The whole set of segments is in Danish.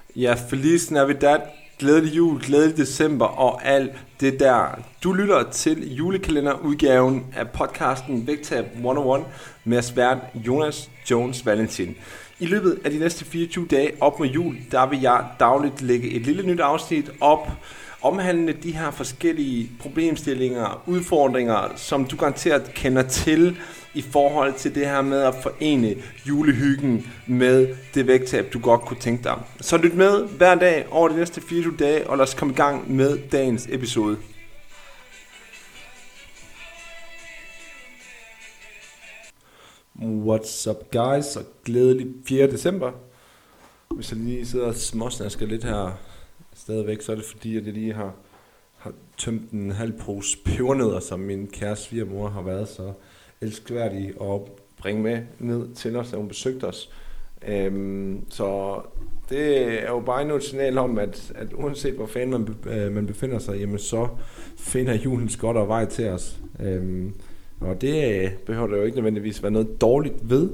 Ja, Feliz Navidad, glædelig jul, glædelig december og alt det der. Du lytter til julekalenderudgaven af podcasten Vægtab 101 med vært Jonas Jones Valentin. I løbet af de næste 24 dage op mod jul, der vil jeg dagligt lægge et lille nyt afsnit op, omhandlende de her forskellige problemstillinger, udfordringer, som du garanteret kender til i forhold til det her med at forene julehyggen med det vægttab, du godt kunne tænke dig. Så lyt med hver dag over de næste 24 dage, og lad os komme i gang med dagens episode. What's up guys, og glædelig 4. december. Hvis jeg lige sidder og småsnasker lidt her stadigvæk, så er det fordi, at jeg lige har tømt en halv pose pebernødder, som min kære svigermor har været så elskværdig at bringe med ned til os, da hun besøgte os. Så det er jo bare endnu et signal om, at uanset hvor fanden man befinder sig, jamen så finder julen godt og vej til os. Og det behøver der jo ikke nødvendigvis være noget dårligt ved.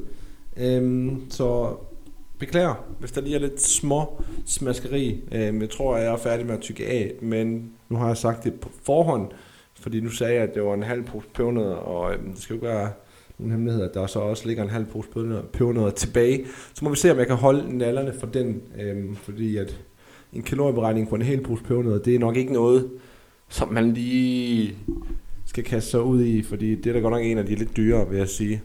Så beklager, hvis der lige er lidt små smaskeri. Jeg tror, jeg er færdig med at tykke af, men nu har jeg sagt det på forhånd, fordi nu sagde jeg, at det var en halv pose pebernødder, og det skal jo ikke være nogen hemmelighed, at der så også ligger en halv pose pebernødder tilbage. Så må vi se, om jeg kan holde nallerne for den, fordi at en kalorieberegning på en hel pose pebernødder, det er nok ikke noget, som man lige skal kaste sig ud i, fordi det er da godt nok en af de lidt dyrere, vil jeg sige.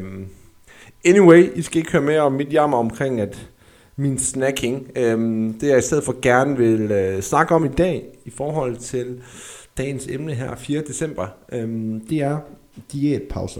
Anyway, I skal ikke høre mere om mit jammer omkring at min snacking. Det jeg i stedet for gerne vil snakke om i dag, i forhold til dagens emne her, 4. december, det er diætpauser.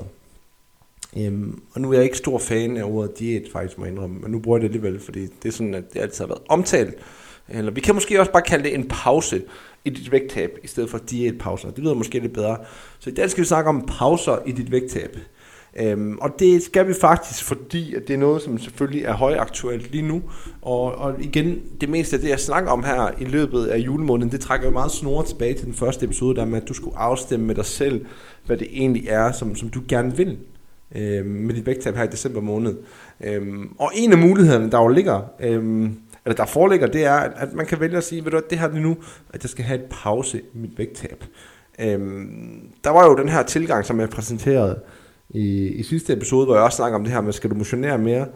Og nu er jeg ikke stor fan af ordet diæt, faktisk må jeg indrømme, men nu bruger jeg det alligevel, fordi det er sådan, at det altid har været omtalt. Eller vi kan måske også bare kalde det en pause i dit vægttab, i stedet for diætpauser. Det lyder måske lidt bedre. Så i dag skal vi snakke om pauser i dit vægttab. Og det skal vi faktisk, fordi at det er noget, som selvfølgelig er højaktuelt lige nu. Og igen, det meste af det, jeg snakker om her i løbet af julemåneden, det trækker jo meget snore tilbage til den første episode, der med, at du skulle afstemme med dig selv, hvad det egentlig er, som du gerne vil med dit vægttab her i december måned. Og en af mulighederne, der jo ligger, eller der foreligger, det er, at man kan vælge at sige, ved du, det her det nu, at jeg skal have et pause i mit vægttab. Der var jo den her tilgang, som jeg præsenterede i sidste episode, hvor jeg også snakker om det her med, skal du motionere mere,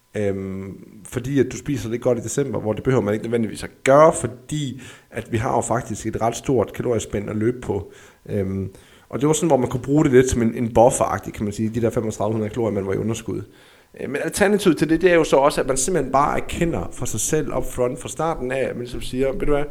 fordi at du spiser lidt godt i december, hvor det behøver man ikke nødvendigvis at gøre, fordi at vi har jo faktisk et ret stort kaloriespænd at løbe på. Og det var sådan, hvor man kunne bruge det lidt som en buffer-agtig, kan man sige, de der 3500 kalorier, man var i underskud. Men alternativet til det er jo så også, at man simpelthen bare erkender for sig selv up front fra starten af, at man ligesom siger, ved du hvad,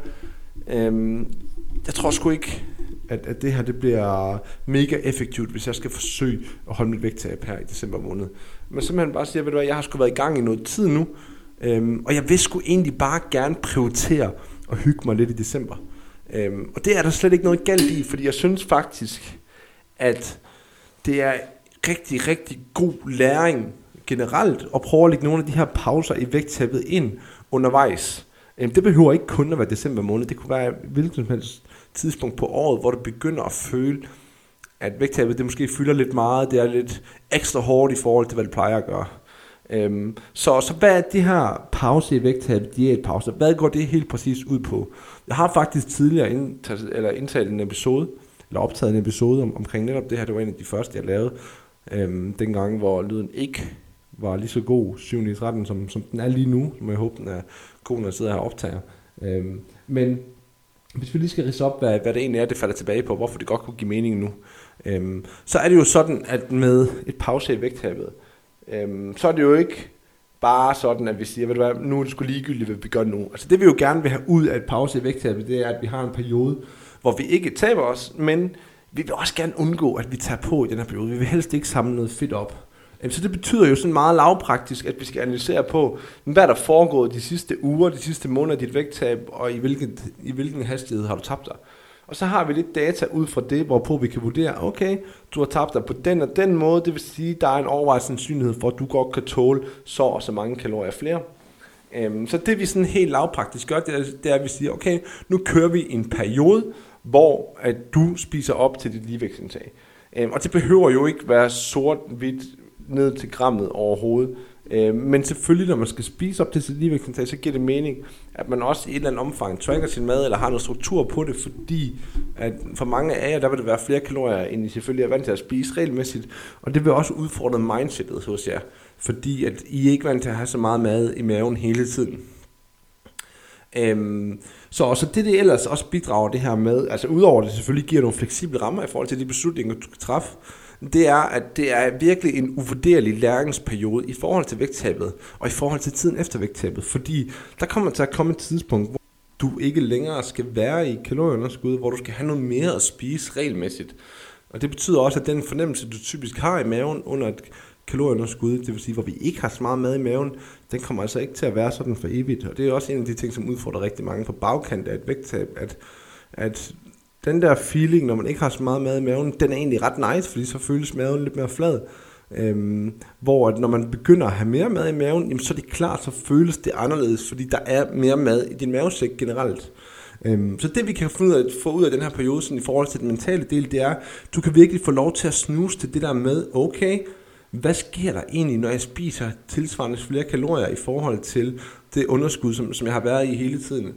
jeg tror sgu ikke, at det her det bliver mega effektivt, hvis jeg skal forsøge at holde mit vægttab her i december måned. Men simpelthen bare siger, ved du hvad, jeg har sgu været i gang i noget tid nu, og jeg vil sgu egentlig bare gerne prioritere at hygge mig lidt i december. Og det er der slet ikke noget galt i, fordi jeg synes faktisk, at det er rigtig, rigtig god læring generelt at prøve at lægge nogle af de her pauser i vægttabet ind undervejs. Det behøver ikke kun at være december måned, det kunne være hvilket som helst tidspunkt på året, hvor du begynder at føle, at vægttabet det måske fylder lidt meget, det er lidt ekstra hårdt i forhold til, hvad det plejer at gøre. Så hvad er det her pause i vægttabet, diætpause, hvad går det helt præcis ud på? Jeg har faktisk tidligere indtalt en episode, eller optaget en episode omkring netop det her, det var en af de første, jeg lavede, dengang, hvor lyden ikke var lige så god 7-13, som den er lige nu, som jeg håber, den er god, når jeg sidder her og optager. Men hvis vi lige skal ridse op, hvad det egentlig er, det falder tilbage på, hvorfor det godt kunne give mening nu, så er det jo sådan, at med et pause i vægttabet, så er det jo ikke bare sådan, at vi siger, ved du hvad, nu er det sgu ligegyldigt, hvad vi gør nu. Altså det vi jo gerne vil have ud af et pause i vægttabet, det er, at vi har en periode, hvor vi ikke taber os, men vi vil også gerne undgå, at vi tager på i den her periode. Vi vil helst ikke samle noget fedt op. Så det betyder jo sådan meget lavpraktisk, at vi skal analysere på, hvad der foregået de sidste uger, de sidste måneder af dit vægttab, og i hvilken hastighed har du tabt dig. Og så har vi lidt data ud fra det, hvorpå vi kan vurdere, okay, du har tabt dig på den og den måde, det vil sige, der er en overvejende sandsynlighed for, at du godt kan tåle så og så mange kalorier flere. Så det vi sådan helt lavpraktisk gør, det er, at vi siger, okay, nu kører vi en periode, hvor at du spiser op til dit ligevægtsindtag. Og det behøver jo ikke være sort-hvidt ned til grammet overhovedet. Men selvfølgelig, når man skal spise op til sit ligevægtsindtag, så giver det mening, at man også i et eller andet omfang tracker sin mad, eller har noget struktur på det, fordi at for mange af jer, der vil det være flere kalorier, end I selvfølgelig er vant til at spise regelmæssigt, og det vil også udfordre mindsetet hos jer, fordi at I ikke er vant til at have så meget mad i maven hele tiden. Så det ellers også bidrager det her med, altså udover det selvfølgelig giver nogle fleksible rammer i forhold til de beslutninger, du kan træffe, det er, at det er virkelig en uvurderlig læringsperiode i forhold til vægttabet, og i forhold til tiden efter vægttabet, fordi der kommer til at komme et tidspunkt, hvor du ikke længere skal være i kalorieunderskud, hvor du skal have noget mere at spise regelmæssigt. Og det betyder også, at den fornemmelse, du typisk har i maven under et kalorieunderskud, det vil sige, hvor vi ikke har så meget mad i maven, den kommer altså ikke til at være sådan for evigt. Og det er også en af de ting, som udfordrer rigtig mange på bagkant af et vægttab, at den der feeling, når man ikke har så meget mad i maven, den er egentlig ret nice, fordi så føles maven lidt mere flad. Hvor at når man begynder at have mere mad i maven, jamen, så er det klart, så føles det anderledes, fordi der er mere mad i din mavesæk generelt. Så det vi kan få ud af den her periode sådan i forhold til den mentale del, det er, du kan virkelig få lov til at snuse til det der med, okay, hvad sker der egentlig, når jeg spiser tilsvarende flere kalorier i forhold til det underskud, som jeg har været i hele tiden.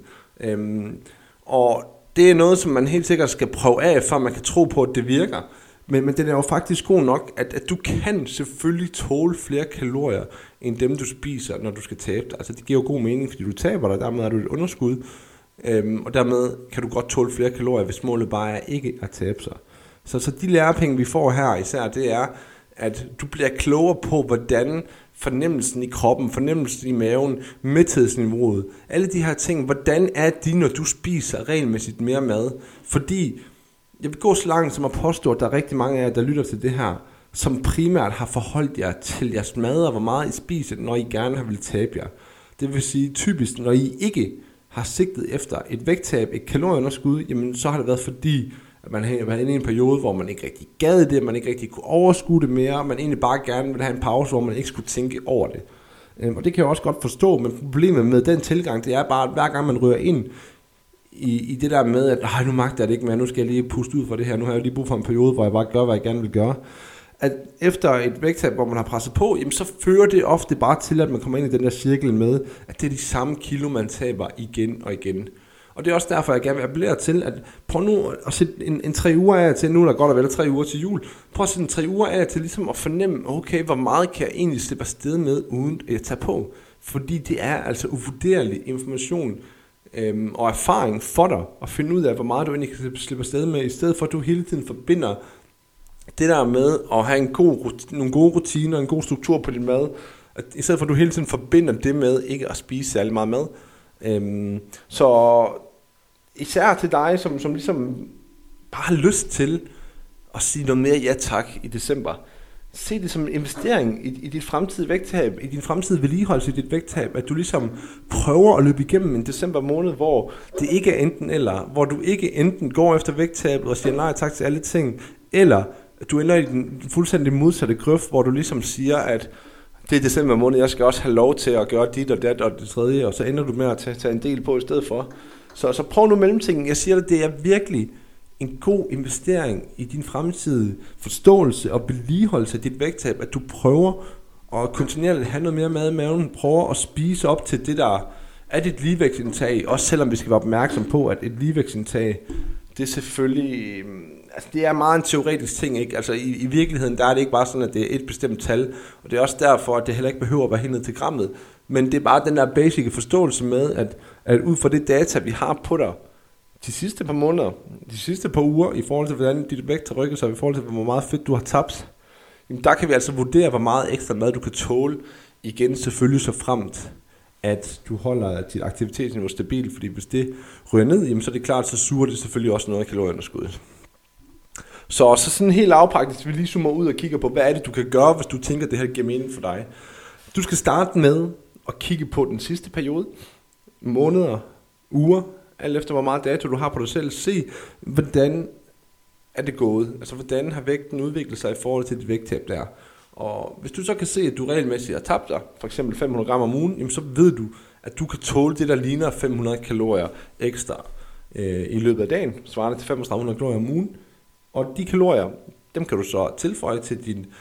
Og det er noget, som man helt sikkert skal prøve af, for man kan tro på, at det virker. Men den er jo faktisk god nok, at du kan selvfølgelig tåle flere kalorier, end dem du spiser, når du skal tabe dig. Altså det giver jo god mening, fordi du taber dig, dermed er du et underskud. Og dermed kan du godt tåle flere kalorier, hvis målet bare er ikke at tabe sig. Så de lærepenge, vi får her især, det er, at du bliver klogere på, hvordan fornemmelsen i kroppen, fornemmelsen i maven, mæthedsniveauet, alle de her ting, hvordan er de, når du spiser regelmæssigt mere mad? Fordi jeg vil gå så langt som at påstå, at der er rigtig mange af jer, der lytter til det her, som primært har forholdt jer til jeres mad og hvor meget I spiser, når I gerne vil tabe jer. Det vil sige typisk, når I ikke har sigtet efter et vægttab, et kalorieunderskud, jamen så har det været fordi, at man har været inde i en periode, hvor man ikke rigtig gad det, man ikke rigtig kunne overskue det mere, man egentlig bare gerne ville have en pause, hvor man ikke skulle tænke over det. Og det kan jeg også godt forstå, men problemet med den tilgang, det er bare, at hver gang man rører ind i det der med, at nu magter jeg det ikke mere, nu skal jeg lige puste ud for det her, nu har jeg lige brug for en periode, hvor jeg bare gør, hvad jeg gerne vil gøre. At efter et vægttab, hvor man har presset på, jamen så fører det ofte bare til, at man kommer ind i den der cirkel med, at det er de samme kilo, man taber igen og igen. Og det er også derfor, jeg gerne vil appellere til, at prøv nu at sætte en 3 uger af til, nu er der godt at være 3 uger til jul, prøv at sætte en 3 uger af til ligesom at fornemme, okay, hvor meget kan jeg egentlig slippe afsted med, uden at tage på. Fordi det er altså uvurderlig information og erfaring for dig, at finde ud af, hvor meget du egentlig kan slippe afsted med, i stedet for at du hele tiden forbinder det der med at have nogle gode rutiner, en god struktur på din mad, at i stedet for at du hele tiden forbinder det med ikke at spise særlig meget mad. Så især til dig, som ligesom bare har lyst til at sige noget mere ja tak i december, se det som en investering i dit fremtidige vægttab, i din fremtidige vedligeholdelse i dit vægttab, at du ligesom prøver at løbe igennem en december måned, hvor det ikke er enten eller, hvor du ikke enten går efter vægttabet og siger nej tak til alle ting, eller at du ender i den fuldstændig modsatte grøft, hvor du ligesom siger, at det er december måned, jeg skal også have lov til at gøre dit og dat og det tredje, og så ender du med at tage en del på i stedet for. Så prøv nu mellemtingen. Jeg siger dig, det er virkelig en god investering i din fremtidige forståelse og vedligeholdelse af dit vægttab, at du prøver at kontinuerligt have noget mere mad i maven, prøver at spise op til det, der er dit ligevægtsindtag, også selvom vi skal være opmærksom på, at et ligevægtsindtag, det er selvfølgelig, altså det er meget en teoretisk ting, ikke? Altså i virkeligheden, der er det ikke bare sådan, at det er et bestemt tal, og det er også derfor, at det heller ikke behøver at være helt ned til grammet, men det er bare den der basic forståelse med, at ud fra det data, vi har på dig, de sidste par måneder, de sidste par uger, i forhold til hvordan dit vægt har rykket sig, i forhold til hvor meget fedt du har tabt, jamen der kan vi altså vurdere, hvor meget ekstra mad du kan tåle, igen selvfølgelig så fremt, at du holder dit aktivitetsniveau stabilt, fordi hvis det ryger ned, jamen så er det klart, så suger det selvfølgelig også noget af kalorieunderskuddet. Så sådan helt afpraktisk, vi lige zoomer ud og kigger på, hvad er det, du kan gøre, hvis du tænker, at det her giver mening for dig. Du skal starte med at kigge på den sidste periode, måneder, uger, alt efter hvor meget dato du har på dig selv. Se, hvordan er det gået? Altså, hvordan har vægten udviklet sig i forhold til dit vægttab der? Og hvis du så kan se, at du regelmæssigt har tabt dig, for eksempel 500 gram om ugen, jamen så ved du, at du kan tåle det, der ligner 500 kalorier ekstra i løbet af dagen, svarende til 3500 kalorier om ugen. Og de kalorier, dem kan du så tilføje til din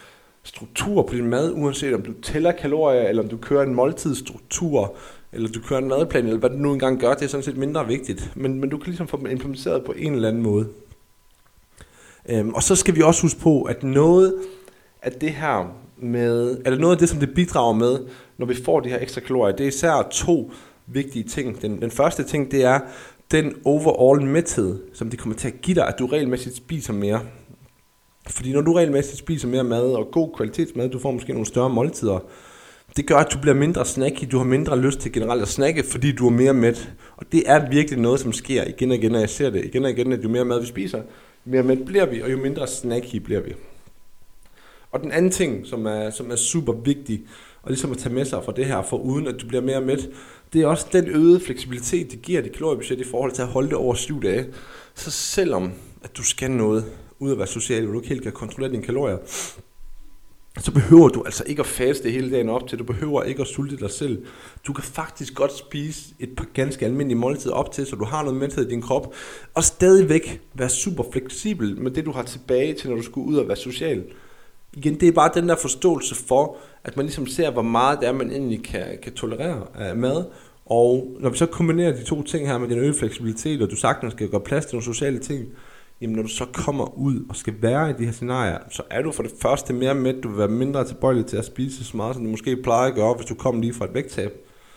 struktur på din mad, uanset om du tæller kalorier, eller om du kører en måltidsstruktur, eller du kører en madplan, eller hvad du nu engang gør, det er sådan set mindre vigtigt. Men du kan ligesom få dem implementeret på en eller anden måde. Og så skal vi også huske på, at noget af det her med, eller noget af det, som det bidrager med, når vi får de her ekstra kalorier, det er især 2 vigtige ting. Den første ting, det er den overall mæthed, som det kommer til at give dig, at du regelmæssigt spiser mere. Fordi når du regelmæssigt spiser mere mad, og god kvalitetsmad, du får måske nogle større måltider, det gør, at du bliver mindre snacky, du har mindre lyst til generelt at snakke, fordi du er mere mæt. Og det er virkelig noget, som sker igen og igen, og jeg ser det igen og igen, at jo mere mad vi spiser, jo mere mæt bliver vi, og jo mindre snacky bliver vi. Og den anden ting, som er super vigtig, og ligesom at tage med sig fra det her, for uden at du bliver mere mæt, det er også den øgede fleksibilitet, det giver dit kaloriebudget i forhold til at holde det over 7 dage. Så selvom at du skal noget ud at være social, hvor du ikke helt kan kontrollere dine kalorier, så behøver du altså ikke at faste hele dagen op til. Du behøver ikke at sulte dig selv. Du kan faktisk godt spise et par ganske almindelige måltider op til, så du har noget mæthed i din krop, og stadigvæk være super fleksibel med det, du har tilbage til, når du skal ud og være social. Igen, det er bare den der forståelse for, at man ligesom ser, hvor meget det er, man egentlig kan tolerere af mad. Og når vi så kombinerer de 2 ting her med den øgede fleksibilitet, og du sagtens skal gøre plads til nogle sociale ting, jamen når du så kommer ud og skal være i de her scenarier, så er du for det første mere mæt, du vil være mindre tilbøjelig til at spise så meget, som du måske plejer at gøre, hvis du kommer lige fra et vægttab.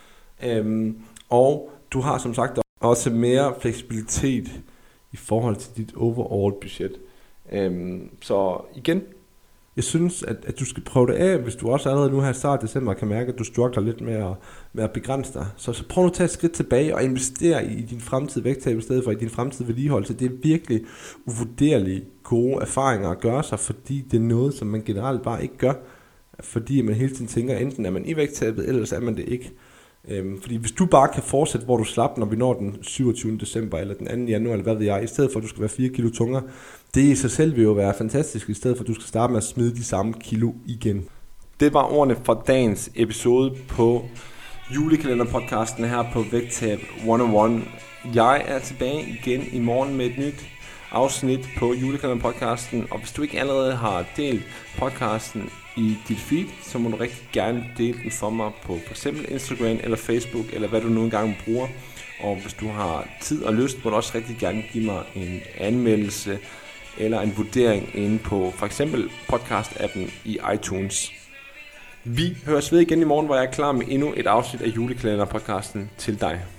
Og du har som sagt også mere fleksibilitet i forhold til dit overall budget. Så igen, jeg synes, at du skal prøve det af, hvis du også allerede nu her i start af december kan mærke, at du struggler lidt med at begrænse dig. Så prøv nu at tage et skridt tilbage og investere i din fremtidige vægttab i stedet for i din fremtidige vedligeholdelse. Det er virkelig uvurderlige gode erfaringer at gøre sig, fordi det er noget, som man generelt bare ikke gør. Fordi man hele tiden tænker, enten er man i vægttabet, eller er man det ikke. Fordi hvis du bare kan fortsætte, hvor du slap, når vi når den 27. december eller den 2. januar, eller hvad ved jeg, i stedet for at du skal være 4 kilo tungere, det i sig selv vil jo være fantastisk, i stedet for at du skal starte med at smide de samme kilo igen. Det var ordene fra dagens episode på julekalenderpodcasten her på Vægttab 101. Jeg er tilbage igen i morgen med et nyt afsnit på julekalenderpodcasten, og hvis du ikke allerede har delt podcasten i dit feed, så må du rigtig gerne dele den for mig på f.eks. Instagram eller Facebook, eller hvad du nu engang bruger. Og hvis du har tid og lyst, må du også rigtig gerne give mig en anmeldelse eller en vurdering inde på for eksempel podcast-appen i iTunes. Vi høres ved igen i morgen, hvor jeg er klar med endnu et afsnit af julekalenderpodcasten til dig.